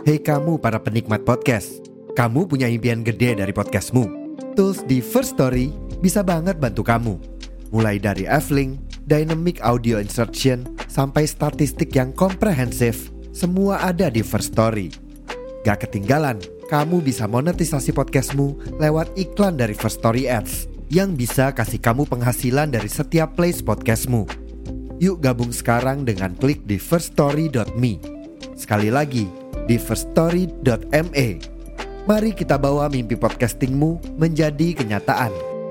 Hei kamu para penikmat podcast, kamu punya impian gede dari podcastmu. Tools di First Story bisa banget bantu kamu. Mulai dari F-Link, Dynamic Audio Insertion, sampai statistik yang komprehensif, semua ada di First Story. Gak ketinggalan, kamu bisa monetisasi podcastmu lewat iklan dari First Story Ads yang bisa kasih kamu penghasilan dari setiap place podcastmu. Yuk gabung sekarang dengan klik di firststory.me. Sekali lagi, di firststory.me. Mari kita bawa mimpi podcastingmu menjadi kenyataan.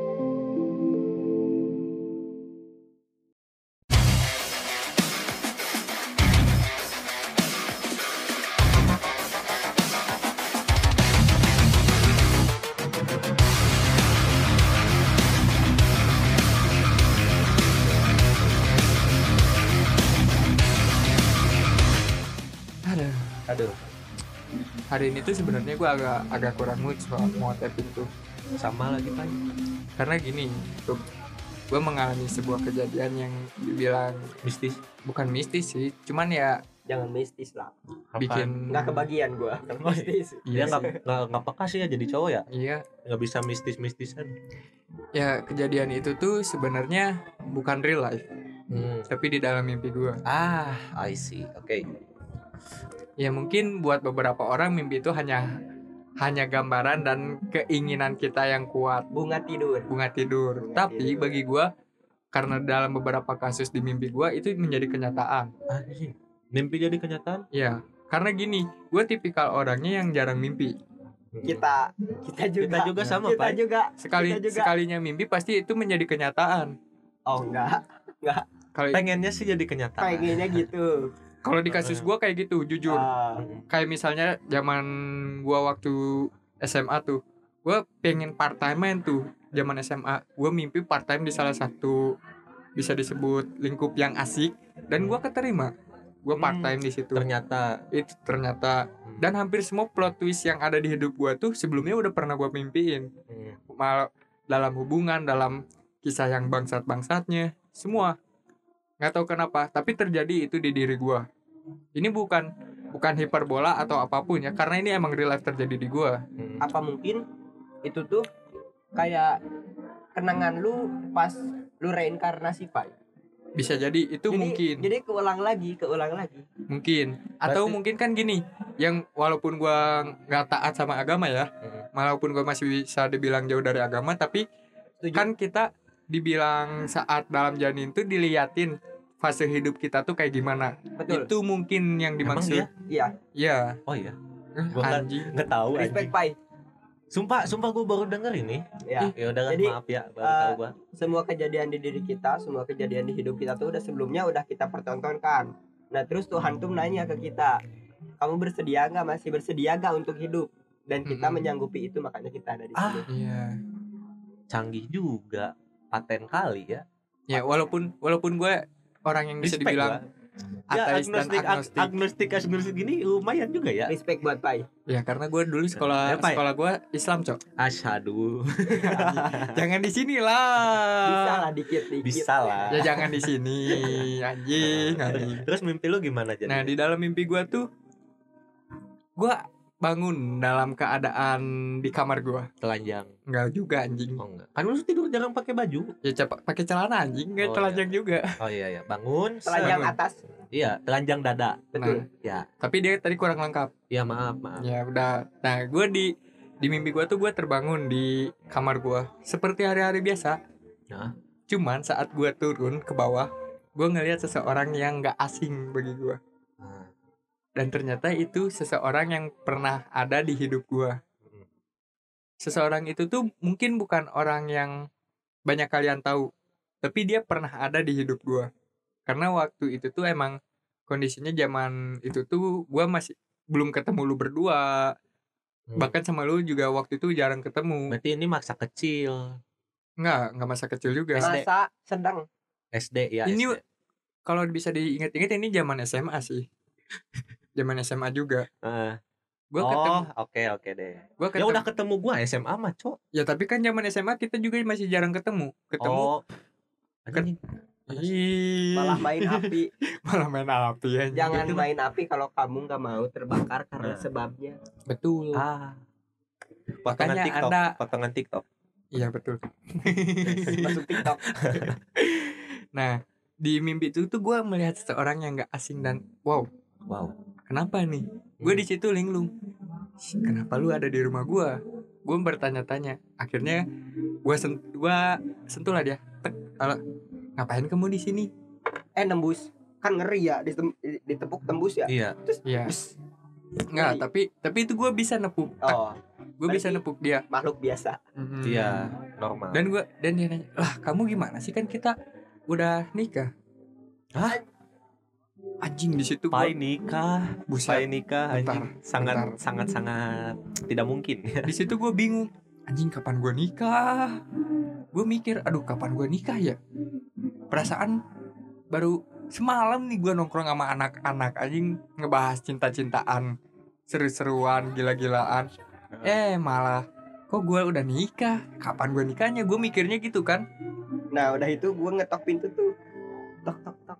Aduh, Hari ini tuh sebenarnya gue agak kurang mood soal mau taping tuh. sama lagi Pak. Karena gini, tuh gue mengalami sebuah kejadian yang dibilang Mistis. bukan mistis sih, cuman ya Jangan mistis lah, bikin nggak kebagian gue mistis. Dia Iya sih. nggak peka sih ya jadi cowok ya. Iya, Nggak bisa mistisan. ya kejadian itu tuh sebenarnya bukan real life, tapi di dalam mimpi gue. I see. Oke. Ya mungkin buat beberapa orang mimpi itu hanya gambaran dan keinginan kita yang kuat, Bunga tidur. bunga tidur. Tapi bagi gue, karena dalam beberapa kasus di mimpi gue itu menjadi kenyataan. Anjing. Mimpi jadi kenyataan. Ya, karena gini, gue tipikal orangnya yang jarang mimpi. Kita juga sama kita Pak. juga. Sekalinya mimpi pasti itu menjadi kenyataan. Oh enggak, Kalau Pengennya sih jadi kenyataan. pengennya gitu. kalau di kasus gue kayak gitu, jujur. Kayak misalnya zaman gue waktu SMA tuh, gue pengen part time tuh. Zaman SMA, gue mimpi part time di salah satu bisa disebut lingkup yang asik, dan gue keterima. Gue part time di situ. Ternyata dan hampir semua plot twist yang ada di hidup gue tuh sebelumnya udah pernah gue mimpiin. Malah dalam hubungan, dalam kisah yang bangsat-bangsatnya, semua. Nggak tahu kenapa, tapi terjadi itu di diri gue. Ini bukan hiperbola atau apapun ya, karena ini emang real life terjadi di gue. Apa mungkin itu tuh kayak kenangan lu pas lu reinkarnasi Pak? Bisa jadi itu mungkin. Jadi keulang lagi. Mungkin. Atau mungkin kan gini, yang walaupun gue nggak taat sama agama ya, walaupun gue masih bisa dibilang jauh dari agama, tapi Setuju. kan kita dibilang saat dalam janin tuh diliatin fase hidup kita tuh kayak gimana. Betul. Itu mungkin yang Emang dimaksud. dia? Iya. Iya. Oh iya. Gua Anjing. nggak tahu Respect anjing. Pak. Sumpah gue baru denger ini. Ya. Ya udah kan, Jadi, maaf ya, baru tahu gua. Semua kejadian di diri kita, semua kejadian di hidup kita tuh sebelumnya udah kita pertontonkan. Nah terus Tuhan tuh nanya ke kita, kamu bersedia nggak, masih bersedia nggak untuk hidup? Dan kita menyanggupi itu, makanya kita ada di sini. Iya. Canggih juga. Paten kali ya. Ya walaupun gue orang yang bisa Respect dibilang gua. Ya, ateis dan agnostik gini lumayan juga ya. Respect buat Pai. Ya karena gue dulu Ya, Pak. sekolah gue Islam, Cok. Asyhadu. Jangan di sini lah. Bisa lah dikit. Bisa lah. Ya jangan di sini, anjing. Terus mimpi lu gimana jadi? Nah, di dalam mimpi gue tuh gue bangun dalam keadaan di kamar gue. telanjang. Enggak juga anjing. Oh enggak. Kan lu tidur jarang pakai baju. Ya pakai celana anjing, enggak Oh, telanjang juga. Oh iya. Bangun. Telanjang Bangun. atas. Iya, telanjang dada. Betul. Ya. Tapi dia tadi kurang lengkap. Ya maaf. Ya udah. Nah, gue di mimpi gue tuh gue terbangun di kamar gue seperti hari-hari biasa. Nah. Cuman saat gue turun ke bawah, gue ngelihat seseorang yang nggak asing bagi gue. Nah. Dan ternyata itu seseorang yang pernah ada di hidup gue. Seseorang itu tuh mungkin bukan orang yang banyak kalian tahu, tapi dia pernah ada di hidup gue. Karena waktu itu tuh emang kondisinya zaman itu tuh gue masih belum ketemu lu berdua. Bahkan sama lu juga waktu itu jarang ketemu. Berarti ini masa kecil. Enggak masa kecil juga. Masa sedang. SD ya. Ini SD. kalau bisa diingat-ingat ini zaman SMA sih. Zaman SMA juga. Gue ketemu. Oke deh. Gua Ya ketemu. udah ketemu gua SMA mah, Cok. Ya tapi kan zaman SMA kita juga masih jarang ketemu. Oh. Kan- Anjing. Ih, Malah main api. malah main api ya. Jangan main api kalau kamu nggak mau terbakar karena Nah. sebabnya. Betul. Potongan Makanya TikTok, Anda- potongan TikTok. Iya betul. Masuk TikTok. Nah, di mimpi itu tuh gue melihat seseorang yang nggak asing dan wow, kenapa nih? Gue di situ linglung. Kenapa lu ada di rumah gue? Gue bertanya-tanya. Akhirnya gue sentuh lah dia. Tek, ngapain kamu di sini? Nembus. Kan ngeri ya ditepuk tembus ya. Iya. Terus Iya. Enggak, tapi itu gue bisa nepuk. oh, Gue bisa berarti- nepuk dia. makhluk biasa. Iya, normal. Dan dia nanya, "Lah, kamu gimana sih, kan kita udah nikah?" Hah? Anjing, di situ gua Pai nikah, buset. Pai nikah, Bentar, anjing. Sangat bentar. sangat sangat tidak mungkin. Di situ gue bingung. Anjing, kapan gue nikah? Gue mikir, aduh, kapan gue nikah ya? Perasaan baru semalam nih gue nongkrong sama anak-anak anjing, ngebahas cinta-cintaan, seru-seruan, gila-gilaan. Malah kok gue udah nikah? Kapan gue nikahnya? Gue mikirnya gitu kan. Nah, udah itu gue ngetok pintu tuh. Tok tok tok.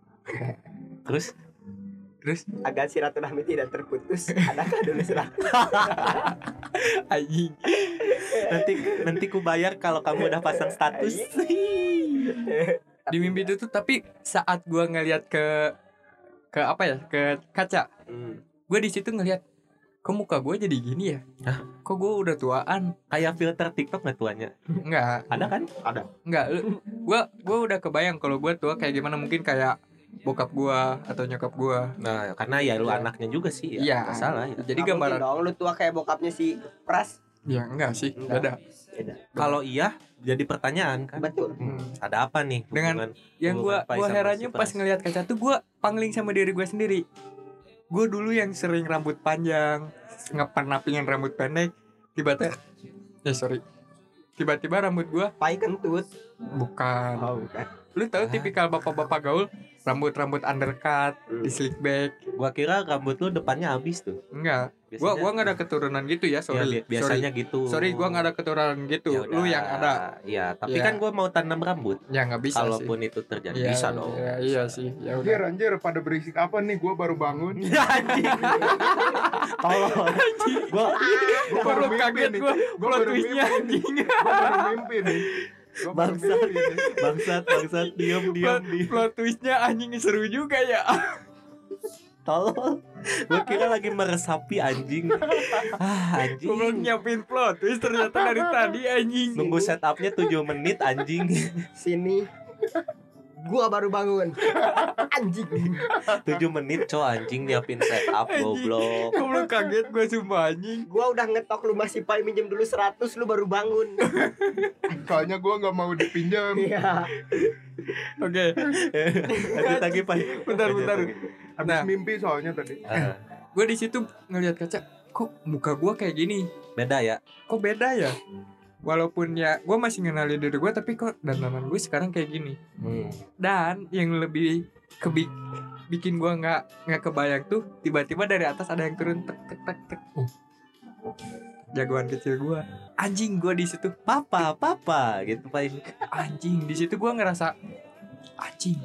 Terus Agar silaturahmi tidak terputus. Adakah dulu surat? Anjing. nanti ku bayar kalau kamu udah pasang status. Di mimpi itu tuh, tapi saat gue ngeliat ke apa ya, ke kaca, gue di situ ngeliat, kok muka gue jadi gini ya? Hah? Kok gue udah tuaan? Kayak filter TikTok nggak tuanya? Enggak, Ada kan? enggak. Gue udah kebayang kalau gue tua kayak gimana, mungkin kayak bokap gue atau nyokap gue. Nah, karena ya lu Iya. anaknya juga sih. Iya. Nggak salah ya. Jadi Nggak gambaran. mungkin dong lu tua kayak bokapnya si Pras. Ya enggak sih, Enggak. beda. Kalau iya, jadi pertanyaan kan. Betul. Ada apa nih? Dengan- Yang hubungan Pai gue sama herannya si pas Pras? ngeliat kaca tuh, gue pangling sama diri gue sendiri. Gue dulu yang sering rambut panjang, pernah pingin rambut pendek, tiba-tiba rambut gue Pai kentut. bukan. Bukan. Lu tahu tipikal bapak-bapak gaul, rambut rambut undercut, di slick back. Gua kira rambut lu depannya habis tuh. Enggak. Biasanya- Gua enggak ada keturunan gitu ya, sorry. biasanya gitu. Sorry, gua enggak ada keturunan gitu. Ya Lu udah. yang ada. Ya, tapi Ya. kan gua mau tanam rambut. Ya enggak bisa Kalaupun sih. itu terjadi Iya, bisa dong. Iya sih. Ya Anjir, udah. anjir, pada berisik apa nih? Gua baru bangun. Anjing. Tolong. Gua Gua baru mimpi kaget nih. gua Gua plot baru twistnya mimpi anjing. Gua baru mimpi nih. Gua baru Bangsat. mimpi nih. bangsat diam. Plot twistnya anjing seru juga ya. Tolong. Gua kira lagi meresapi anjing. Anjing. Gua belum nyiapin plot twist, ternyata dari tadi anjing. Nunggu setupnya 7 menit anjing. Sini. Gua baru bangun. Anjing. 7 menit cow anjing nyiapin setup Anjing. goblok. Gua belum kaget gua sumpah anjing. Gua udah ngetok lu masih Pai minjem dulu 100 lu baru bangun. Soalnya gua nggak mau dipinjam. Iya. Oke. Lanjut lagi Pak. Bentar. Habis Nah. mimpi soalnya tadi. Gue di situ ngelihat kaca, kok muka gue kayak gini, Beda ya. kok beda ya? Walaupun ya gue masih ngenalin diri gue, tapi kok dandanan gue sekarang kayak gini. Dan yang lebih bikin gue nggak kebayang tuh, tiba-tiba dari atas ada yang turun, tek tek tek tek. Jagoan kecil gue, anjing. Gue di situ Papa gitu Pak. anjing. Di situ gue ngerasa anjing,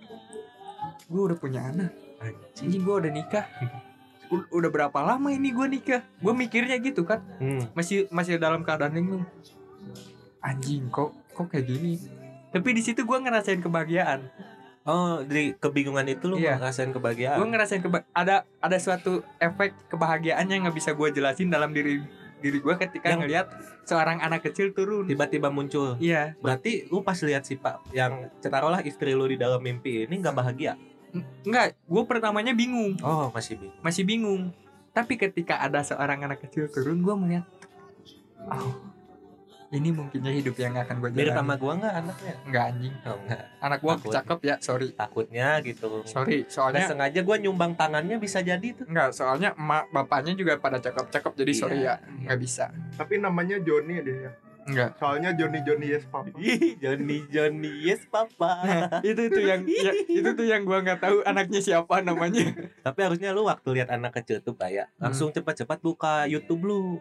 gue udah punya anak. Anjing, gue udah nikah. Udah berapa lama ini gue nikah? Gue mikirnya gitu kan. Masih dalam keadaan linglung. Anjing, kok kayak gini. Tapi di situ gue ngerasain kebahagiaan. Oh, dari kebingungan itu lu Iya. ngerasain kebahagiaan. Gue ngerasain ada suatu efek kebahagiaan yang nggak bisa gue jelasin dalam diri gue ketika Yang- ngelihat seorang anak kecil turun. Tiba-tiba muncul. Iya. Berarti lu pas lihat si Pak yang taruhlah istri lu di dalam mimpi ini nggak bahagia. Enggak, gue pertamanya bingung, Oh, masih bingung. masih bingung. Tapi ketika ada seorang anak kecil turun, gue melihat, oh, ini mungkinnya hidup yang akan gue Mirip jalani. sama gua nggak anaknya? Enggak anjing. Oh, enggak. Anak gue Takut. cakep ya, sorry. Takutnya gitu. Sorry, Nggak soalnya sengaja gua nyumbang tangannya bisa jadi tuh. enggak, soalnya emak bapaknya juga pada cakep-cakep, jadi Iya. sorry ya, nggak bisa. Tapi namanya Johnny dia ya. Enggak. Soalnya Johnny yes papa. Ih, Johnny yes papa. itu tuh yang gua nggak tahu anaknya siapa namanya. Tapi harusnya lu waktu lihat anak kecil tuh kayak langsung cepat-cepat buka YouTube lu.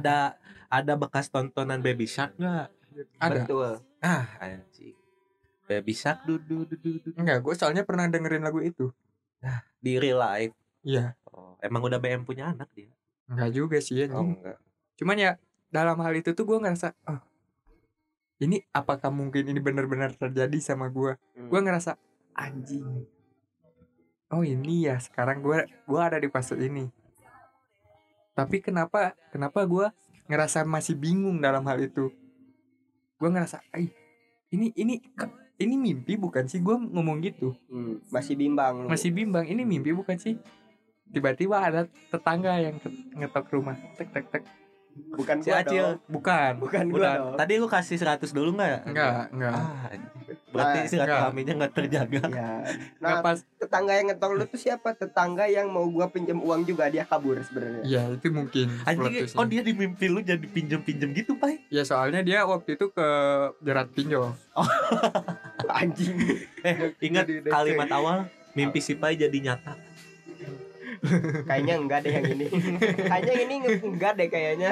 Ada bekas tontonan Baby Shark nggak? Ada. Betul. Ah, anjing. Baby Shark dudu. Enggak, gue soalnya pernah dengerin lagu itu. Di real life. Iya. Oh, emang udah BM punya anak dia? Enggak juga sih Oh, anjing. enggak. Cuman ya dalam hal itu tuh gue ngerasa, oh, ini apakah mungkin ini benar-benar terjadi sama gue? Gue ngerasa anjing. Oh ini ya sekarang gue ada di fase ini. Tapi kenapa gue ngerasa masih bingung dalam hal itu? Gue ngerasa, ini mimpi bukan sih? Gue ngomong gitu. Masih bimbang lu. Masih bimbang, ini mimpi bukan sih? Tiba-tiba ada tetangga yang ngetok rumah, tek. Bukan Si gua Acil. dong. Bukan. Bukan gua dong. Tadi lu kasih 100 dulu enggak? Enggak. Berarti Nah, silaturahminya enggak terjaga. Ya. Enggak Nah, pas. tetangga yang ngetok lu tuh siapa? Tetangga yang mau gua pinjam uang juga, dia kabur sebenarnya. Ya itu mungkin. Anjing, plot twistnya. kok dia di mimpi lu jadi pinjem-pinjem gitu, Pai? Ya soalnya dia waktu itu ke jerat pinjol. Anjing. Ingat Jadi DC. kalimat awal, mimpi si Pai jadi nyata. Kayaknya enggak deh yang ini. Kayaknya ini enggak deh kayaknya.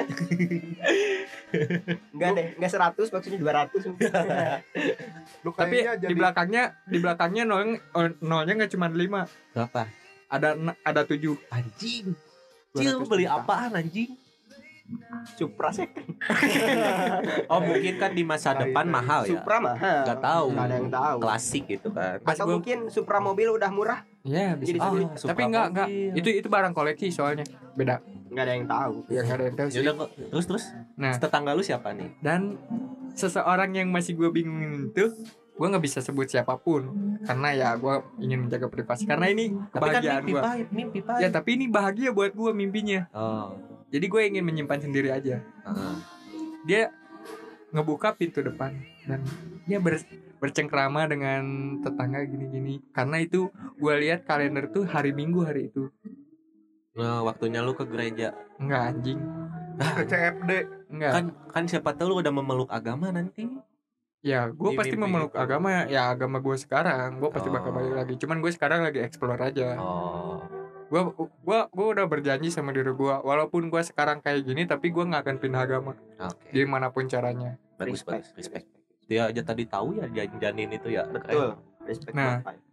Enggak deh, enggak 100 maksudnya 200 mungkin. Lu Tapi kayaknya di belakangnya nolnya enggak cuma 5. Berapa? Ada 7. Anjing. Cil, beli apaan anjing? Supra second. Oh, mungkin kan di masa depan mahal ya. Supra mahal. Enggak tahu. Enggak ada yang tahu. Klasik gitu kan. Pas Atau gua- mungkin Supra mobil udah murah, Ya bisa. Jadi Oh, sebeli. Supra tapi enggak. mobil. Itu barang koleksi soalnya. Beda. enggak ada yang tahu. Ya enggak ada yang tahu Ya sih. udah kok. Terus. Nah, Tetangga lu siapa nih? dan seseorang yang masih gue bingungin itu, gue nggak bisa sebut siapapun karena ya gue ingin menjaga privasi karena ini Tapi kan kebahagiaan gue. mimpi Pai. Ya tapi ini bahagia buat gue mimpinya. Oh. Jadi gue ingin menyimpan sendiri aja. Heeh. Dia ngebuka pintu depan dan dia bercengkrama dengan tetangga gini-gini. Karena itu gue lihat kalender tuh hari Minggu hari itu. Nah, waktunya lu ke gereja. Enggak anjing. ke CFD. Enggak. Kan siapa tahu lu udah memeluk agama nanti. Ya gue Di pasti mimpi memeluk itu. agama. Ya agama gue sekarang. Gue pasti bakal Oh. balik lagi. Cuman gue sekarang lagi explore aja. Oh. Gue udah berjanji sama diri gue, walaupun gue sekarang kayak gini tapi gue nggak akan pindah agama Oke. gimana pun caranya. Bagus. Respect. Respect. Dia aja tadi tahu ya janin itu ya. Betul. Respect Nah. Bapak.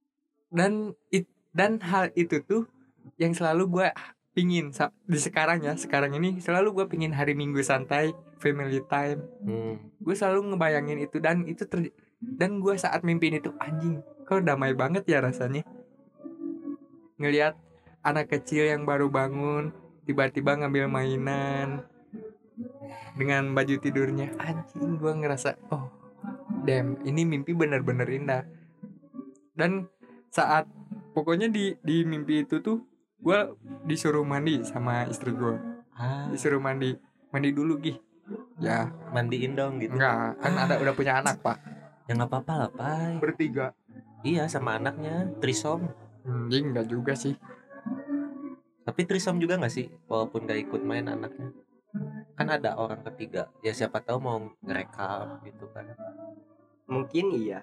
Dan hal itu tuh yang selalu gue pingin di sekarang ini selalu gue pingin hari Minggu santai, family time. Gue selalu ngebayangin itu dan dan gue saat mimpiin itu anjing, kok damai banget ya rasanya. Ngelihat anak kecil yang baru bangun tiba-tiba ngambil mainan dengan baju tidurnya, anjing gue ngerasa oh damn ini mimpi bener-bener indah. Dan saat pokoknya di mimpi itu tuh gue disuruh mandi sama istri gue, disuruh mandi dulu Gih. Ya Mandiin dong gitu. enggak kan udah punya anak pak. Ya nggak apa-apa lah Pai. Bertiga. Iya sama anaknya trisom. Anjing enggak juga sih. Tapi trisom juga nggak sih walaupun nggak ikut main anaknya. Kan ada orang ketiga. Ya siapa tahu mau ngerekam gitu kan. Mungkin iya.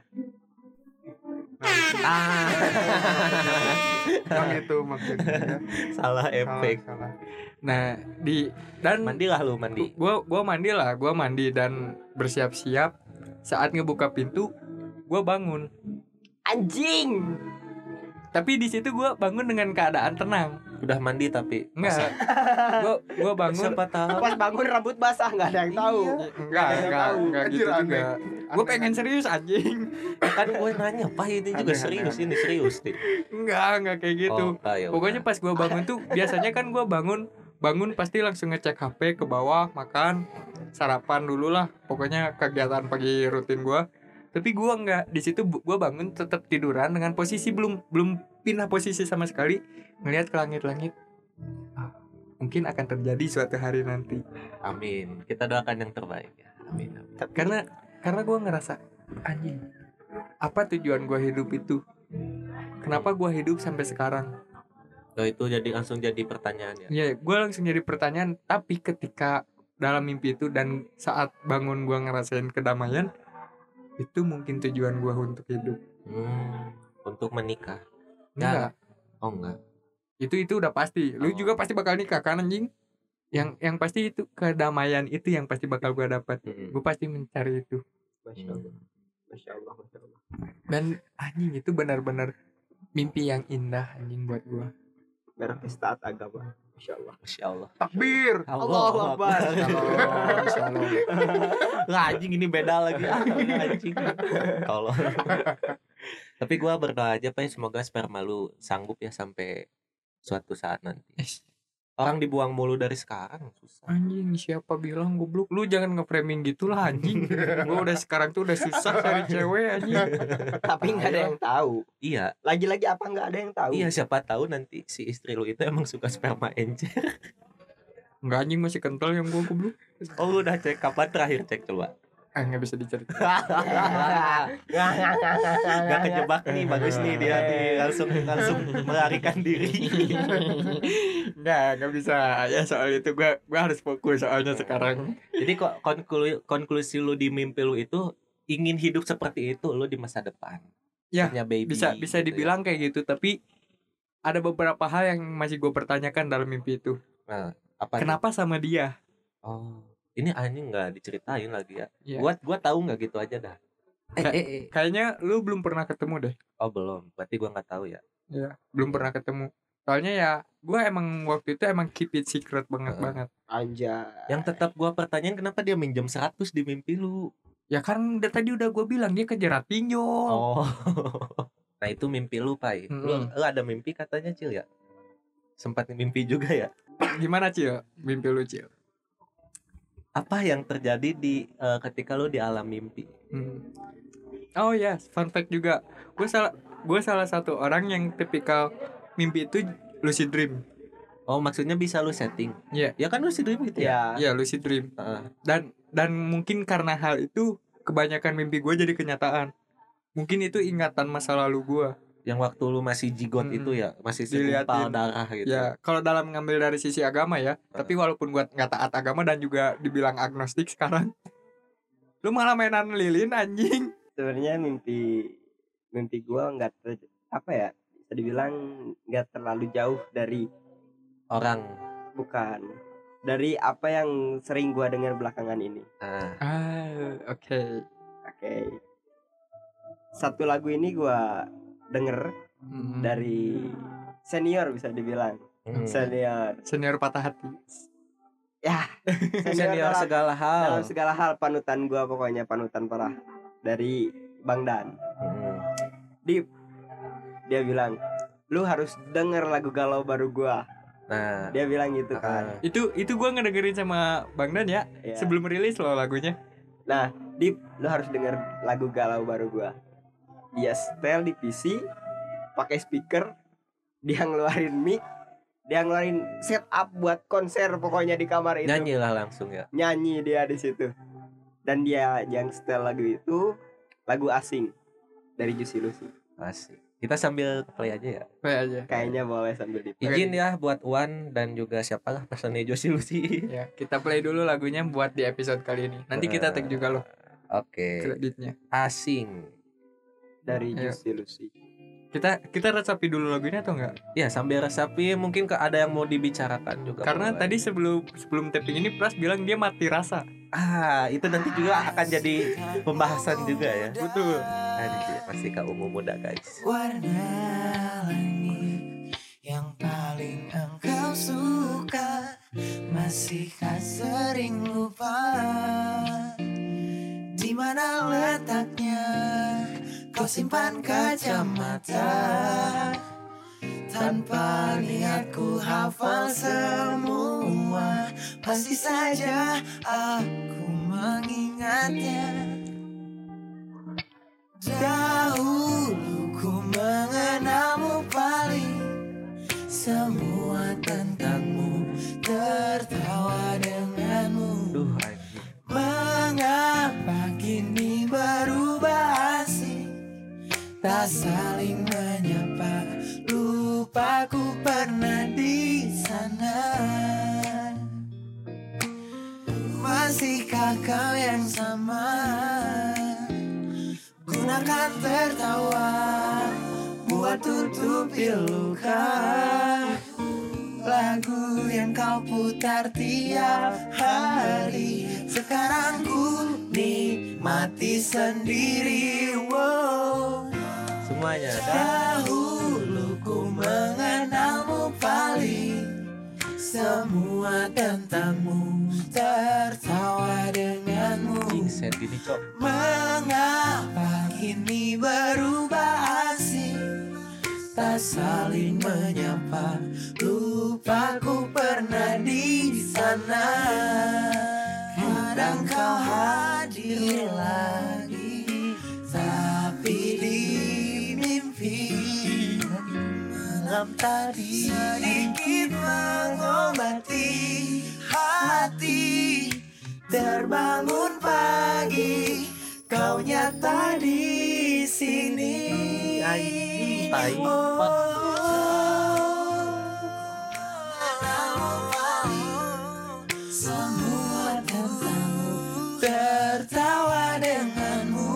Yang itu maksudnya. Salah efek. Salah. Nah dan Mandilah lu mandi. gue mandi dan bersiap-siap. Saat ngebuka pintu gue bangun, Anjing. tapi di situ gue bangun dengan keadaan tenang. Udah mandi tapi Enggak, gue bangun. siapa tahu. Pas bangun rambut basah, enggak ada yang tahu. Enggak gitu Anjir, juga. Gue pengen serius anjing. Kan gue nanya Pai ini juga Aneh, serius ini serius nih. Enggak kayak gitu. Oh, ayo. Pokoknya pas gue bangun tuh biasanya kan gue bangun pasti langsung ngecek HP ke bawah, makan, sarapan dulu lah. Pokoknya kegiatan pagi rutin gue. Tapi gue enggak, di situ gue bangun tetap tiduran dengan posisi belum pindah posisi sama sekali, ngelihat ke langit-langit. Mungkin akan terjadi suatu hari nanti. Amin. Kita doakan yang terbaik ya. Amin. Karena gue ngerasa anjing, apa tujuan gue hidup itu? Kenapa gue hidup sampai sekarang? Oh, itu langsung jadi pertanyaan ya. Ya, gue langsung jadi pertanyaan. Tapi ketika dalam mimpi itu dan saat bangun gue ngerasain kedamaian, itu mungkin tujuan gue untuk hidup. Untuk menikah. Enggak, Oh enggak. itu udah pasti. Lu Oh. juga pasti bakal nikah kan anjing? Yang pasti itu kedamaian itu yang pasti bakal gue dapat. Gue pasti mencari itu. Masya Allah. Masya Allah, Masya Allah. Dan anjing itu benar-benar mimpi yang indah anjing buat gua. Berpesta agama. Masya Allah. Masya Allah. Takbir. Allahu Akbar. Shalom. Lah anjing ini beda lagi. Anjing. Kalau tapi gua berdoa aja Pak, semoga sperma lu sanggup ya sampai suatu saat nanti. Orang dibuang mulu dari sekarang susah. Anjing siapa bilang goblok, lu jangan nge-framing gitulah anjing. Gua udah sekarang tuh udah susah cari cewek anjing. Tapi nggak ada yang tahu. Iya, Lagi-lagi apa nggak ada yang tahu? iya siapa tahu nanti si istri lu itu emang suka sperma encer. Enggak anjing masih kental yang gua goblok. Oh lu udah cek kapan terakhir cek coba? Enggak bisa diceritain. Gak kejebak nih, bagus nih dia nih langsung melarikan diri. Enggak bisa. Ya soal itu gua harus fokus soalnya sekarang. Jadi kok konklusi lu di mimpi lu itu ingin hidup seperti itu lu di masa depan. Ya, punya baby. Bisa gitu dibilang kayak gitu, tapi ada beberapa hal yang masih gue pertanyakan dalam mimpi itu. Nah, apa? Kenapa sama dia? Oh, ini anjing nggak diceritain lagi ya? Iya. Gua tahu nggak gitu aja dah. Kayaknya lu belum pernah ketemu deh. Oh belum, berarti gua nggak tahu ya. Iya, belum pernah ketemu. Soalnya ya, gue emang waktu itu emang keep it secret banget. Anjay. Yang tetap gua pertanyain kenapa dia minjem 100 di mimpi lu? Ya kan tadi udah gue bilang dia kejerat pinjol. Oh. Nah itu mimpi lu Pai. Lu ada mimpi katanya Cil ya? Sempat mimpi juga ya? Gimana Cil? Mimpi lu Cil? Apa yang terjadi di ketika lu di alam mimpi? Oh ya, fun fact juga. Gue salah satu orang yang tipikal mimpi itu lucid dream. Oh maksudnya bisa lu setting? Iya. Ya kan lucid dream gitu ya? Iya lucid dream. Dan mungkin karena hal itu kebanyakan mimpi gue jadi kenyataan. Mungkin itu ingatan masa lalu gue. Yang waktu lu masih jigot itu ya, masih segumpal darah gitu. Ya, kalau dalam ngambil dari sisi agama ya, tapi walaupun gua nggak taat agama dan juga dibilang agnostik sekarang, lu malah mainan lilin anjing. Sebenarnya mimpi gua nggak apa ya, bisa dibilang nggak terlalu jauh dari orang. Bukan. Dari apa yang sering gua dengar belakangan ini. Oke. Satu lagu ini gua denger dari senior, bisa dibilang senior patah hati ya. Senior segala hal, dalam segala hal, panutan gua, pokoknya panutan parah, dari Bang Dan. Dia bilang lu harus denger lagu galau baru gua. Nah dia bilang gitu kan. Itu gua ngedengerin sama Bang Dan ya. Sebelum rilis loh lagunya. Nah lu harus denger lagu galau baru gua. Dia setel di PC, pakai speaker, dia ngeluarin mic, dia ngeluarin setup buat konser pokoknya di kamar itu. Nyanyilah langsung ya. Nyanyi dia di situ. Dan dia yang setel lagu itu lagu Asing dari Juicy Lucy. Asik. Kita sambil play aja ya. Play aja. Kayaknya boleh sambil di play. Izin ya buat Wan dan juga siapalah personnya Juicy Lucy. Ya, kita play dulu lagunya buat di episode kali ini. Nanti kita tag juga loh. Oke. Kreditnya. Asing. Dari Juicy Lucy. Kita resapi dulu lagunya atau enggak? Ya sambil resapi, mungkin ada yang mau dibicarakan juga. Karena tadi sebelum tapping ini Pras bilang dia mati rasa. Itu nanti juga akan jadi pembahasan juga ya. Betul. Nanti pasti kaum muda guys. Warna langit yang paling engkau suka, masihkah sering lupa di mana letaknya? Kau simpan kacamata, tanpa niat ku hafal semua, pasti saja aku mengingatnya. Dahulu ku mengenalmu paling, semua tentangmu, tertawa denganmu. Mengapa kini berubah asing? Tak saling menyapa, lupa ku pernah di sana. Masihkah kau yang sama? Gunakan tertawa buat tutupi luka. Lagu yang kau putar tiap hari Sekarang ku nikmati sendiri. Wow. Semuanya. Dahulu ku mengenalmu paling, semua tentangmu, tertawa denganmu. Set gini cok. Mengapa kini berubah asing, tak saling menyapa, lupa ku pernah di sana. Kadang kau hadir lagi, tapi di mimpi. Malam tadi sedikit mengobati hati, terbangun pagi, kau nyata di sini. Anjing, tai. Semua tentangmu, tertawa denganmu.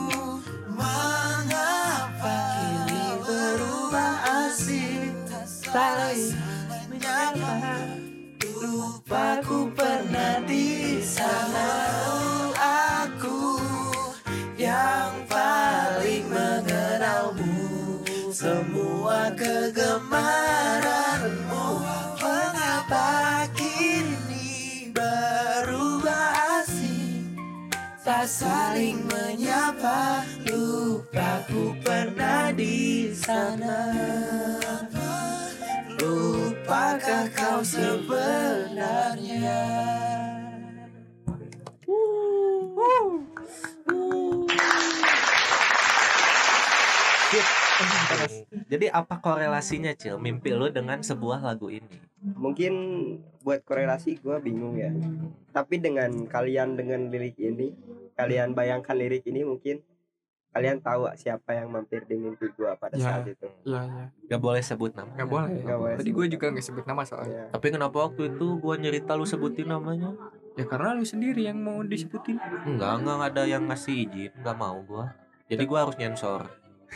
Mengapa kini berubah asing, saling menyapa, lupa ku pernah di sana. Aku yang paling mengenalmu, semua kegemaranmu. Mengapa kini berubah asing, tak saling menyapa, lupa ku pernah di sana. Lupakah kau sebenarnya? Jadi apa korelasinya Cil mimpi lu dengan sebuah lagu ini? Mungkin buat korelasi gue bingung ya. Tapi dengan kalian dengan lirik ini, kalian bayangkan lirik ini, mungkin kalian tahu siapa yang mampir di mimpi gue pada Ya. saat itu. Iya. Gak boleh sebut nama. Nggak boleh. Nggak boleh Tadi sebut gue nama. juga nggak sebut nama soalnya. Ya. Tapi kenapa waktu itu gua nyerita lu sebutin namanya? Ya karena lu sendiri yang mau disebutin. Enggak ada yang ngasih izin, enggak mau gua. Jadi gua harus nyensor.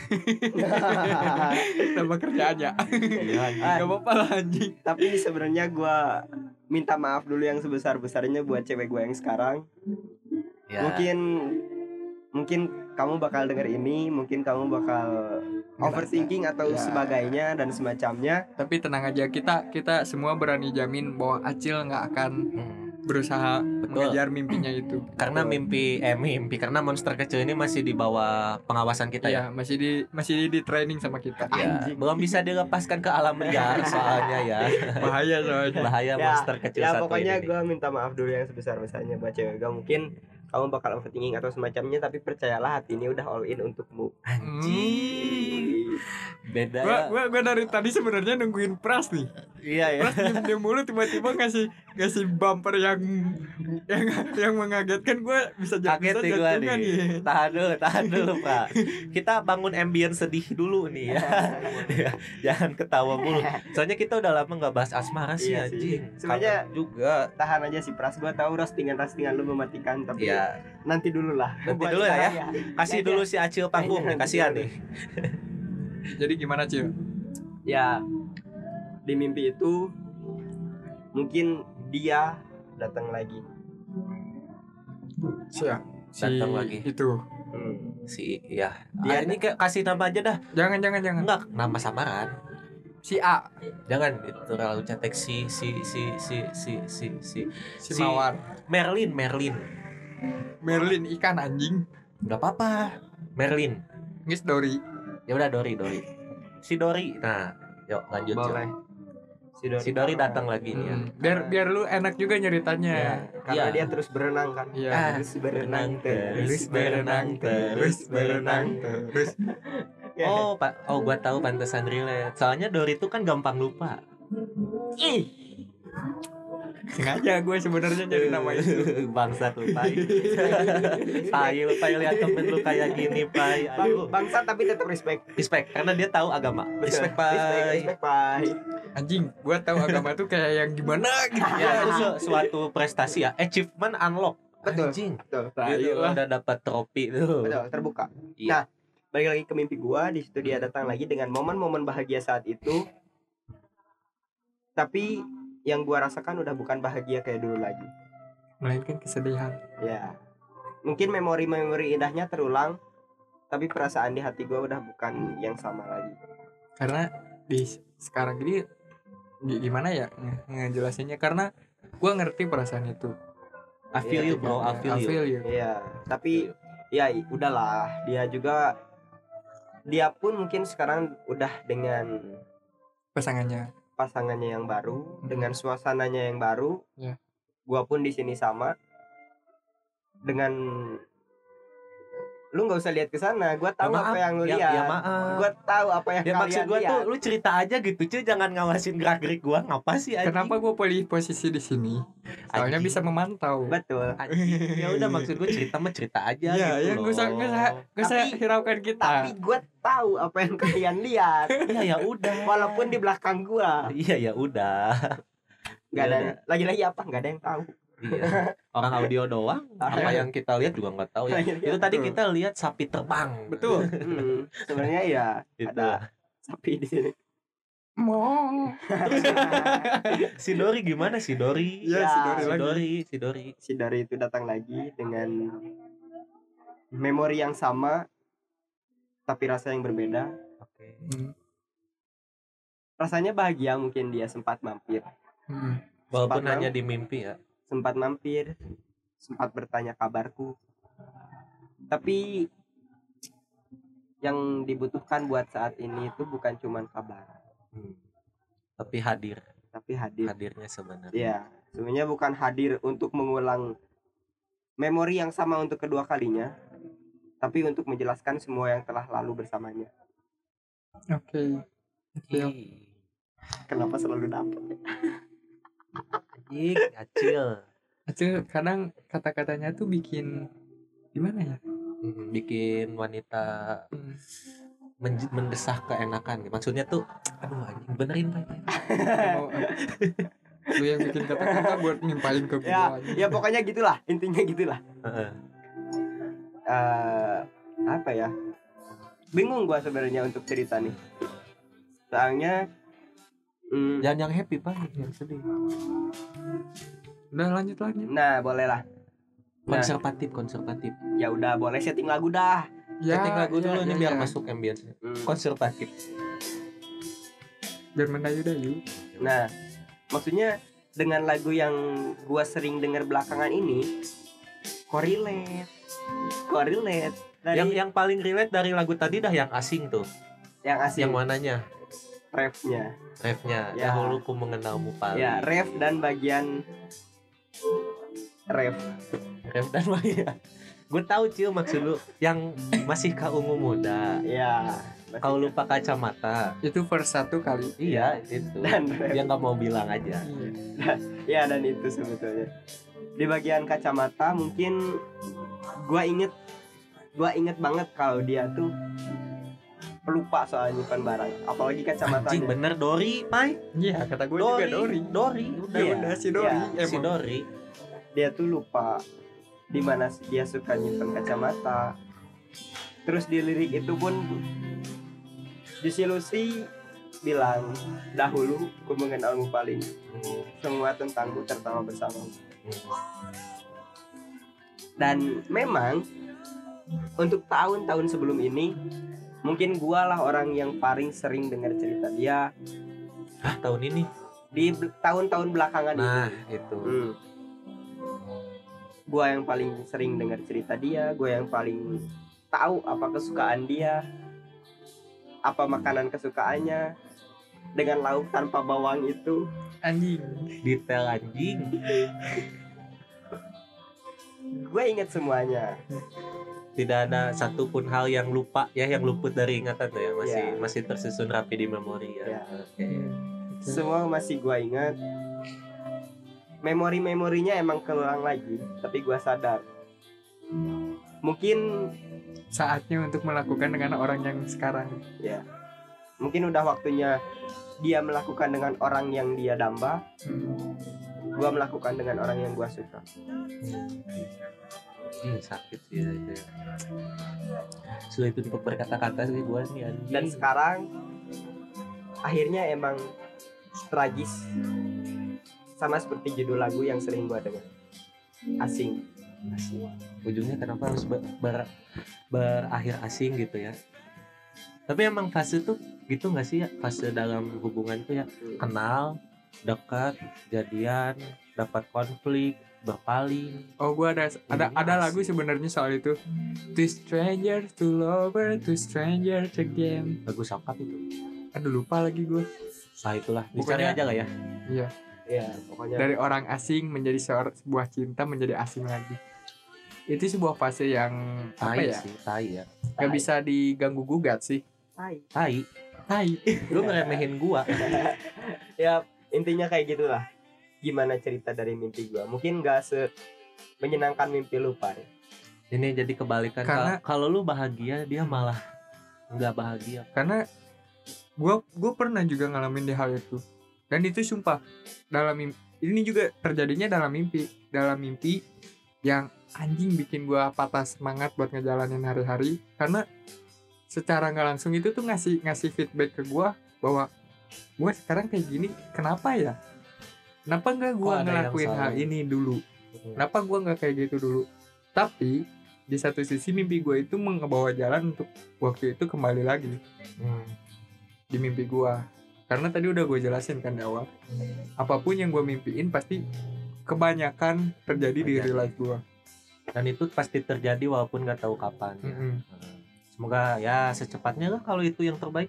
Tambah kerjaannya. Iya. Gak apa-apa lah anjing. Tapi sebenarnya gue minta maaf dulu yang sebesar-besarnya buat cewek gue yang sekarang. Ya. Mungkin kamu bakal denger ini, mungkin kamu bakal overthinking atau Ya. sebagainya dan semacamnya. Tapi tenang aja, kita semua berani jamin bahwa Acil nggak akan berusaha mengejar mimpinya itu. Karena mimpi karena monster kecil ini masih di bawah pengawasan kita ya. Iya, masih di training sama kita. Ya, belum bisa dilepaskan ke alam liar soalnya ya. Bahaya soalnya. Bahaya monster kecil Ya satu pokoknya ini. gue minta maaf dulu yang sebesar-besarnya buat cewek gue. Mungkin kamu bakal overthinking atau semacamnya, tapi percayalah hati ini udah all in untukmu. Anjing. Beda ya. Gua dari tadi sebenarnya nungguin Pras nih. Iya ya. Pras diem mulu tiba-tiba kasih bumper yang mengagetkan. Gue bisa Kaget nih gua jantungan nih. nih. Tahan dulu Pak. Kita bangun ambience sedih dulu nih ya. Ya, jangan ketawa mulu. Soalnya kita udah lama nggak bahas asmara sih Iya sih. anjing. Sebenarnya Kangen juga. tahan aja sih Pras, gue tahu roastingan lu mematikan, tapi Ya, nanti dulu lah. nanti Buat dulu ya. sekarang Kasih Ya, dulu ya. si Acil panggung nih, kasihan nih. Jadi gimana Cil? Ya, di mimpi itu mungkin dia datang lagi. Datang lagi. Itu. Si ya. Dia Ini kayak kasih nama aja dah. Jangan. Enggak, nama samaran. Si A, Jangan itu terlalu cetek si Mawar. Merlin. Merlin ikan anjing. Enggak apa-apa. Merlin. Guys Dori. Ya udah Dori. Si Dori. Nah, yuk lanjut. Boleh. Cil. Si Dori datang lagi nih ya. Biar lu enak juga nyeritanya. Ya, karena Iya. dia terus berenang kan. Iya. Terus berenang Terus berenang terus. Ya. Oh, gua tahu pantesan relate. Soalnya Dori itu kan gampang lupa. Sengaja gue sebenarnya jadi nama itu. Bangsat lu, Pai. Lu Pai lihat temen lu kayak gini, Pai. Aduh. Bangsa tapi tetap respect. Respect karena dia tahu agama. Respect, Pai. Respect, Pai. Anjing, gue tahu agama tuh kayak yang gimana gitu. Ya, itu suatu prestasi ya. Achievement unlock. Betul. Anjing. Betul. Gitu, udah dapat trofi tuh. Betul, terbuka. Iya. Nah, balik lagi ke mimpi gua, di situ dia datang lagi dengan momen-momen bahagia saat itu. Tapi yang gua rasakan udah bukan bahagia kayak dulu lagi. melainkan kesedihan. Ya, mungkin memori-memori indahnya terulang, tapi perasaan di hati gue udah bukan yang sama lagi. Karena di sekarang ini gimana ya ngejelasinnya, karena gue ngerti perasaan itu. I feel you bro, I feel you. Iya, tapi ya udahlah, dia pun mungkin sekarang udah dengan pasangannya yang baru, dengan suasananya yang baru. Ya. Gua pun di sini sama. Dengan lu nggak usah lihat ke sana, gua tahu apa yang lu lihat. Ya maaf. Gua tahu apa yang Ya kalian maksud gua lihat. tuh lu cerita aja gitu cuy, jangan ngawasin gerak-gerik gua. Ngapa sih anjing? Kenapa gue pilih posisi di sini? Soalnya Anjing. bisa memantau. Betul. Anjing. Ya udah maksud gua cerita mah cerita aja Iya, gitu ya loh. gak usah hiraukan kita. Tapi gua tahu apa yang kalian lihat. Iya ya udah. Walaupun di belakang gua. Iya ya udah. Enggak Ya ada. udah. Lagi-lagi apa? Enggak ada yang tahu. Iya. Orang audio doang. Apa Iya. yang kita lihat juga nggak tahu ya. Iya, Itu tadi betul. kita lihat sapi terbang. Betul. Sebenarnya ya Itu. ada sapi di sini. Mau. Si Dori gimana si Dori? Iya, si Dori lagi. Si Dori. Si Dari itu datang lagi dengan memori yang sama tapi rasa yang berbeda. Oke. Rasanya bahagia, mungkin dia sempat mampir. Walaupun Sempat hanya di mimpi ya. Sempat mampir, sempat bertanya kabarku. Tapi yang dibutuhkan buat saat ini itu bukan cuman kabar, Tapi hadir. tapi hadir. Hadirnya sebenarnya. Ya, sebenarnya bukan hadir untuk mengulang memori yang sama untuk kedua kalinya, tapi untuk menjelaskan semua yang telah lalu bersamanya. Oke. Ih, Kenapa selalu dapet? Anjing, kecil. Acil kadang kata-katanya tuh bikin gimana ya? Bikin wanita mendesah keenakan. Maksudnya tuh, aduh anjing benerin Pak. Mau, lu yang bikin kata-kata buat nimpalin ke Ya, gua aja. ya pokoknya gitulah, intinya gitulah. Heeh. Apa ya? Bingung gua sebenarnya untuk cerita nih. Soalnya Jangan yang happy Pak, yang sedih. Udah lanjut lagi. nah, boleh lah. Nah, Konservatif. ya udah, boleh setting lagu dah. Setting lagu dulu nih biar ya. masuk ambience. Konservatif. Biar mendayu-dayu. Nah, maksudnya dengan lagu yang gua sering denger belakangan ini, korelate. Dari Yang paling relate dari lagu tadi dah yang asing tuh. yang asing, Yang mananya? refnya. Refnya. Ya. Dahulu ku mengenalmu paling. Ya, ref dan bagian ref. Ref dan Maya. Gue tahu Cil maksud lu yang masih kau ungu muda. Ya. Kau lupa kacamata. Itu verse 1 kali. Iya itu. Dan ref. Dia nggak mau bilang aja. Ya, dan itu sebetulnya. Di bagian kacamata mungkin gua inget banget kalau dia tuh pelupa soal nyimpan barang, apalagi Anjing kacamatanya. bener Dori, Pai. Iya, kata gue juga Dori. Dori, udah Iya. Udah si Dori Iya, si emang. Dori. Dia tuh lupa di mana dia suka nyimpan kacamata. Terus di lirik itu pun Juicy Lucy bilang, dahulu ku mengenalmu paling, semua tentangmu tertawa bersama. Dan memang untuk tahun-tahun sebelum ini mungkin gua lah orang yang paling sering dengar cerita dia Hah, tahun ini. di tahun-tahun belakangan Nah, ini. itu. Gua yang paling sering dengar cerita dia, gua yang paling tahu apa kesukaan dia, apa makanan kesukaannya, dengan lauk tanpa bawang itu. Anjing. Detail anjing. Gue inget semuanya. Tidak ada satupun hal yang lupa ya, yang luput dari ingatan tuh ya, Ya. masih tersusun rapi di memori ya. Ya. Oke. Semua masih gua ingat. Memori-memorinya emang keulang lagi, tapi gua sadar mungkin Saatnya untuk melakukan dengan orang yang sekarang. ya, mungkin udah waktunya dia melakukan dengan orang yang dia damba, gua melakukan dengan orang yang gua suka. Sakit sih ya. Sulit untuk berkata-kata sih gua nih anjing. Dan sekarang akhirnya emang tragis, sama seperti judul lagu yang sering gua dengar. asing. Ujungnya kenapa harus berakhir asing gitu ya. Tapi emang fase tuh gitu nggak sih ya, fase dalam hubungan tuh ya, kenal, dekat, jadian, dapat konflik, berpaling. Oh, gue ada lagu sebenarnya soal itu. To stranger, to lover, to stranger again. Lagu siapa itu? Aduh, lupa lagi gue. Nah itulah, dicari Pokoknya- aja lah ya. Iya. Ya, pokoknya Dari orang asing menjadi sebuah cinta menjadi asing lagi. Itu sebuah fase yang apa Tai ya? sih, tai ya. Gak bisa diganggu gugat sih. tai. Tai. Lu ngeremehin gua. Ya, intinya kayak gitulah. Gimana cerita dari mimpi gua? Mungkin gak menyenangkan mimpi lu, Pak. Ini jadi kebalikan. Karena- Kalau lu bahagia, dia malah nggak bahagia. Karena gue pernah juga ngalamin di hal itu. Dan itu sumpah dalam mimpi. Ini juga terjadinya dalam mimpi yang anjing bikin gue patah semangat buat ngejalanin hari-hari. Karena secara nggak langsung itu tuh ngasih feedback ke gue bahwa gue sekarang kayak gini, kenapa ya? Kenapa nggak gue Kok ada yang ngelakuin salah? hal ini dulu? Kenapa gue nggak kayak gitu dulu? Tapi di satu sisi mimpi gue itu mengebawa jalan untuk waktu itu kembali lagi di mimpi gue. Karena tadi udah gue jelasin kan di awal, apapun yang gue mimpiin pasti kebanyakan terjadi di real life gue. Dan itu pasti terjadi walaupun nggak tahu kapan. Ya. Semoga ya secepatnya lah kalau itu yang terbaik.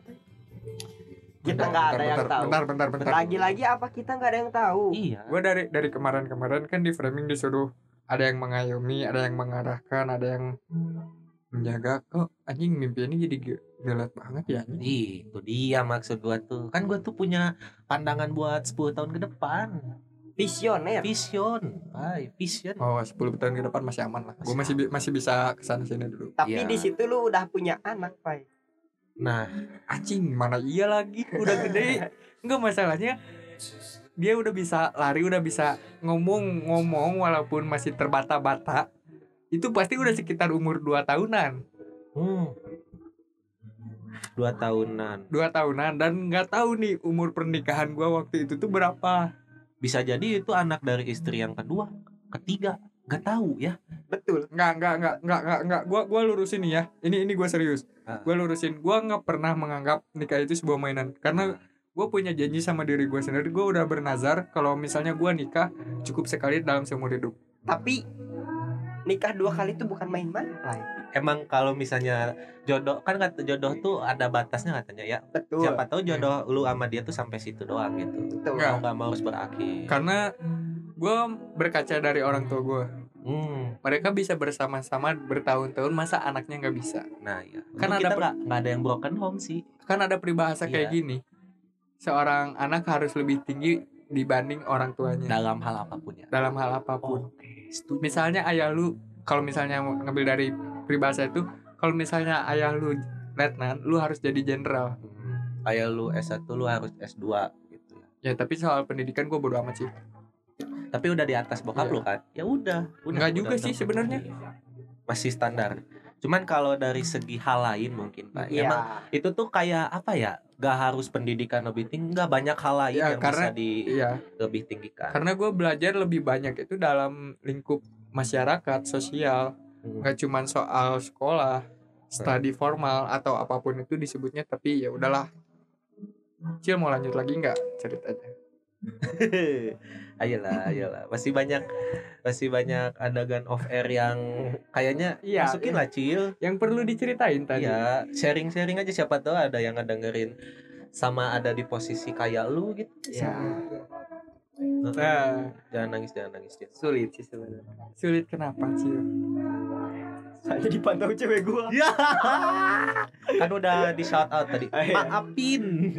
Kita nggak ada yang tahu. Bentar. Lagi-lagi apa kita nggak ada yang tahu? Iya. Gue dari kemarin kan di framing disuruh ada yang mengayomi, ada yang mengarahkan, ada yang menjaga. Oh anjing mimpi ini jadi gelap banget ya. Itu dia maksud gua tuh. Kan gua tuh punya pandangan buat 10 tahun ke depan. Visioner. Vision. Vision. Oh 10 tahun ke depan masih aman lah. Gue masih bisa kesana sini dulu. Tapi Iya. di situ lu udah punya anak, Pak. Nah, Anjing mana iya lagi udah gede. Enggak, masalahnya dia udah bisa lari, udah bisa ngomong walaupun masih terbata-bata. Itu pasti udah sekitar umur 2 tahunan. 2 tahunan. 2 tahunan dan nggak tahu nih umur pernikahan gua waktu itu tuh berapa. Bisa jadi itu anak dari istri yang kedua, ketiga, nggak tahu ya. Betul. Enggak. Gua lurusin nih ya. Ini gua serius. Gua lurusin. Gua nggak pernah menganggap nikah itu sebuah mainan. Karena gua punya janji sama diri gua sendiri. Gua udah bernazar kalau misalnya gua nikah cukup sekali dalam seumur hidup. Tapi nikah 2 kali itu bukan main-main, Pak. Emang kalau misalnya jodoh, kan kata jodoh tuh ada batasnya katanya ya. Betul. Siapa tahu jodoh lu sama dia tuh sampai situ doang gitu. Betul. Nggak. Mau nggak mau harus berakhir. Karena gua berkaca dari orang tua gua. Mereka bisa bersama-sama bertahun-tahun, masa anaknya nggak bisa? Nah ya. Kan Kan ada kita nggak ada yang broken home sih. Kan ada peribahasa kayak Iya. gini, seorang anak harus lebih tinggi dibanding orang tuanya Dalam hal apapun ya. dalam hal apapun. Oke, setuju. Misalnya ayah lu, kalau misalnya mau ngambil dari peribahasa itu, kalau misalnya ayah lu letnan, lu harus jadi jenderal. Kayak lu S1 lu harus S2 gitu ya. Ya tapi soal pendidikan gue bodo amat sih. Tapi udah di atas bokap Iya. lu kan? Ya udah. Enggak juga sih sebenarnya. Masih standar. Cuman kalau dari segi hal lain mungkin Pak. Iya. Emang itu tuh kayak apa ya? Gak harus pendidikan lebih tinggi, nggak banyak hal lain Ya, yang karena- bisa Iya, lebih tinggikan. karena gue belajar lebih banyak itu dalam lingkup masyarakat, sosial. Nggak cuman soal sekolah, studi formal atau apapun itu disebutnya. Tapi ya udahlah. Cil mau lanjut lagi nggak ceritanya? ayolah. Masih banyak adegan off air yang kayaknya Iya, masukin iya. lah Cil. Yang perlu diceritain tadi. Iya, sharing-sharing aja, siapa tahu ada yang ngedengerin sama ada di posisi kayak lu gitu. Ya. Nah, Jangan nangis Cil. Sulit sih sebenarnya. sulit kenapa Cil? Saya dipantau cewek gua. Ya. Kan udah di shout out tadi. Iya. Maafin.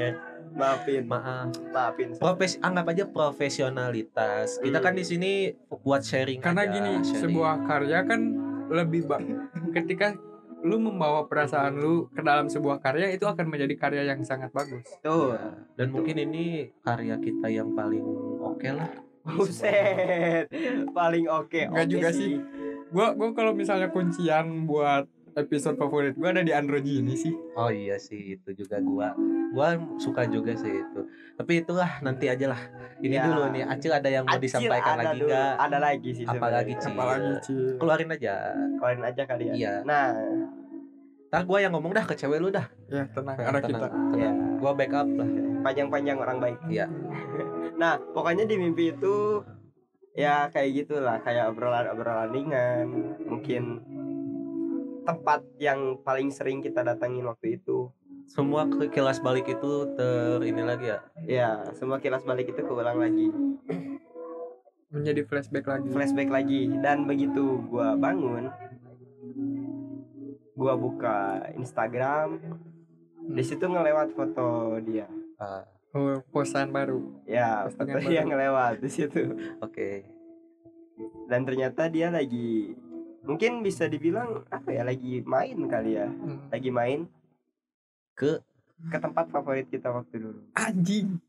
Maafin. Anggap aja profesionalitas. Kita kan di sini buat sharing Karena aja, gini, sharing. sebuah karya kan lebih ketika lu membawa perasaan lu ke dalam sebuah karya, itu akan menjadi karya yang sangat bagus. Tuh. Dan mungkin ini karya kita yang paling oke lah. Buset. Paling oke. Enggak Oke juga sih. Gua kalau misalnya kuncian buat episode favorit gua ada di Androgyny sih. Oh iya sih, itu juga gua suka juga sih itu. Tapi itulah nanti aja lah. Ini Ya. dulu nih, Acil ada yang mau Acil disampaikan ada lagi dulu. nggak? Ada lagi sih Apalagi sebenarnya. Cil? Apalagi Cil. Keluarin aja. Keluarin aja kali ya. Iya. Nah, Ntar gue yang ngomong dah ke cewek lu dah. Ya tenang, ada kita. ya, Gue backup lah. panjang-panjang orang baik. Iya. Nah, pokoknya di mimpi itu ya kayak gitulah, kayak obrolan-obrolan ringan, mungkin tempat yang paling sering kita datangin waktu itu. Semua kilas balik itu ini lagi ya. Ya, semua kilas balik itu keulang lagi, Menjadi flashback lagi. flashback lagi. Dan begitu gua bangun, gua buka Instagram, di situ ngelewat foto dia. Oh, posan baru. Ya, Postingan foto dia baru. ngelewat di situ. Oke. Dan ternyata dia lagi, mungkin bisa dibilang apa ya, lagi main kali ya. Lagi main Ke tempat favorit kita waktu dulu. Anjing.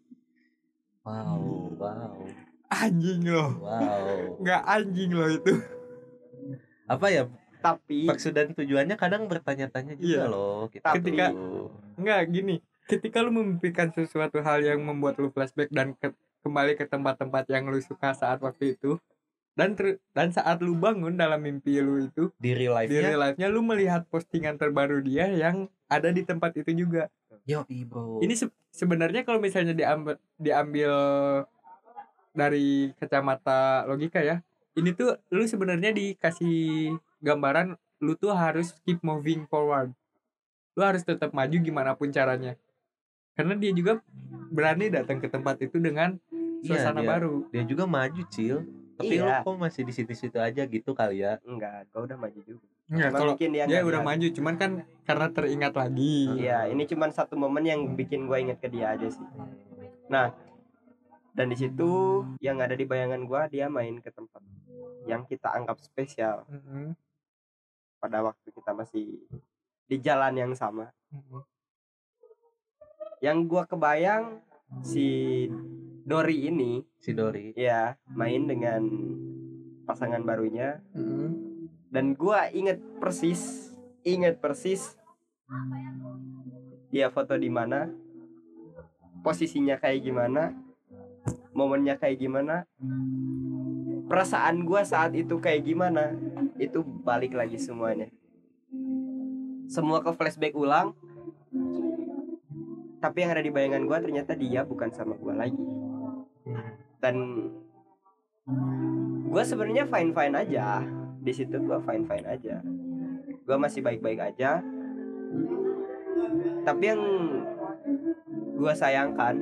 wow. Anjing loh. Wow. Nggak anjing loh itu. Apa ya? Tapi Maksud dan tujuannya kadang bertanya-tanya juga Iya. loh. Kita Ketika- tuh. Nggak gini. Ketika lu memimpikan sesuatu hal yang membuat lu flashback dan kembali ke tempat-tempat yang lu suka saat waktu itu, dan saat lu bangun dalam mimpi lu itu, Di real di life-nya. real life-nya lu melihat postingan terbaru dia yang ada di tempat itu juga. Yoi bro. Ini sebenarnya kalau misalnya diambil dari kacamata logika ya, ini tuh lu sebenarnya dikasih gambaran lu tuh harus keep moving forward. Lu harus tetap maju gimana pun caranya. Karena dia juga berani datang ke tempat itu dengan suasana Iya, baru. Dia juga maju, Cil. Tapi lu Iya. kok masih di situ-situ aja gitu kali ya. enggak, gua udah maju juga. Enggak, Cuma kalau mungkin dia dia nggak udah lihat. maju, cuman kan karena teringat lagi. Iya, ini cuman satu momen yang bikin gua inget ke dia aja sih. Nah, dan di situ yang ada di bayangan gua, dia main ke tempat yang kita anggap spesial Mm-mm. pada waktu kita masih di jalan yang sama. Mm-mm. Yang gua kebayang si Dori ini Si Dori. ya main dengan pasangan barunya, Mm-mm. dan gua inget persis dia foto di mana, posisinya kayak gimana, momennya kayak gimana, perasaan gua saat itu kayak gimana, itu balik lagi semuanya, semua ke flashback ulang. Tapi yang ada di bayangan gua ternyata dia bukan sama gua lagi. Dan gua sebenarnya fine aja di situ, gua fine aja, gua masih baik aja. Tapi yang gua sayangkan,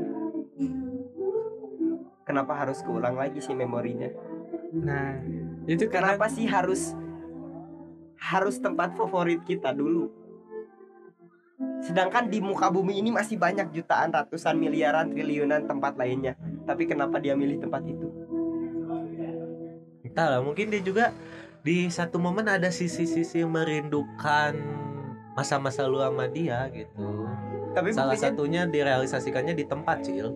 kenapa harus keulang lagi sih memorinya? Nah, itu karena Kenapa sih harus tempat favorit kita dulu? Sedangkan di muka bumi ini masih banyak jutaan, ratusan, miliaran, triliunan tempat lainnya. Tapi kenapa dia milih tempat itu? Entah lah, mungkin dia juga di satu momen ada sisi-sisi merindukan masa-masa lu sama dia gitu. Tapi Salah buktinya satunya direalisasikannya di tempat, Cil.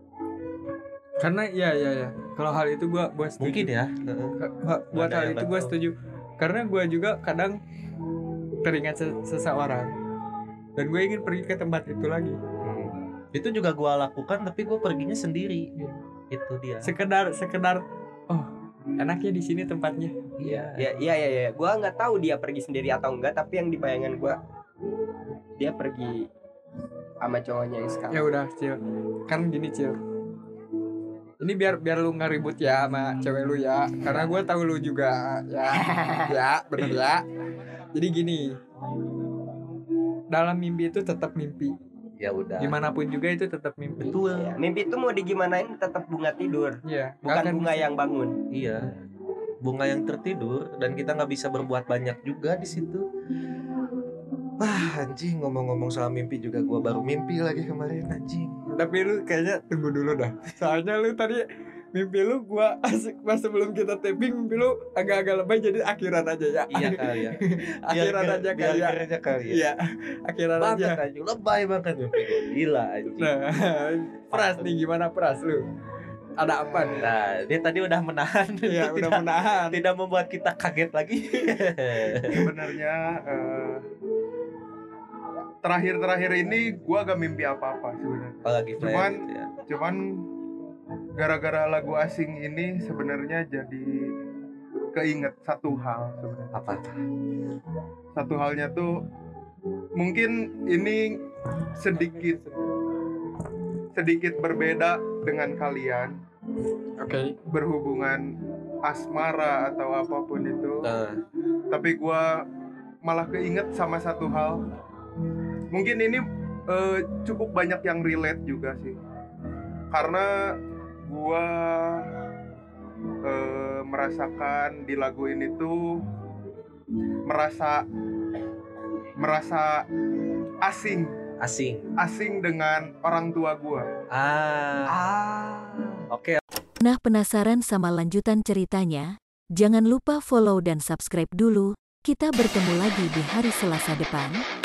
karena ya. Kalau hal itu gua setuju. Mungkin ya. Buat Ada hal yang itu gue betul. setuju, karena gue juga kadang teringat seseorang dan gue ingin pergi ke tempat itu lagi, Itu juga gua lakukan, tapi gua perginya sendiri. Itu dia. sekedar oh enaknya di sini tempatnya. Iya. ya. Gua nggak tahu dia pergi sendiri atau enggak, tapi yang di bayangan gua dia pergi sama cowoknya yang sekarang. Ya udah Cil, kan gini Cil, ini biar lu nggak ribut ya sama cewek lu ya, karena gue tahu lu juga ya bener ya. Jadi gini, dalam mimpi itu tetap mimpi, Ya udah. gimana pun juga itu tetap mimpi. Betul. Ya, mimpi itu mau digimanain tetap bunga tidur, Iya, nggak bukan akan bunga bisa. yang bangun. Iya. Bunga yang tertidur, dan kita nggak bisa berbuat banyak juga di situ. Wah, anjing, ngomong-ngomong soal mimpi juga gua baru mimpi lagi kemarin, anjing. Tapi lu kayaknya tunggu dulu dah. Soalnya lu tadi mimpi lu gua asik pas sebelum kita taping, mimpi lu agak-agak lebay, jadi akhiran aja ya. Iya kali ya. Akhiran aja biar kali ya. aja kali ya. Iya, akhiran aja. Banget anjing, lebay banget mimpi gua. Gila anjing. Nah, Pras nih gimana Pras lu? Ada apa nih? Nah, dia tadi udah menahan. Iya, untuk udah tidak- menahan. Tidak membuat kita kaget lagi. Sebenarnya terakhir ini gua gak mimpi apa-apa sebenarnya. Apalagi Cuman- gitu ya. Cuman gara-gara lagu asing ini sebenarnya jadi keinget satu hal sebenarnya. Apa? Satu halnya tuh mungkin ini sedikit berbeda dengan kalian. Oke. Berhubungan asmara atau apapun itu. Tapi gua malah keinget sama satu hal. Mungkin ini cukup banyak yang relate juga sih. Karena gua merasakan di lagu ini tuh merasa asing dengan orang tua gua. Oke. Nah, penasaran sama lanjutan ceritanya? Jangan lupa follow dan subscribe dulu. Kita bertemu lagi di hari Selasa depan.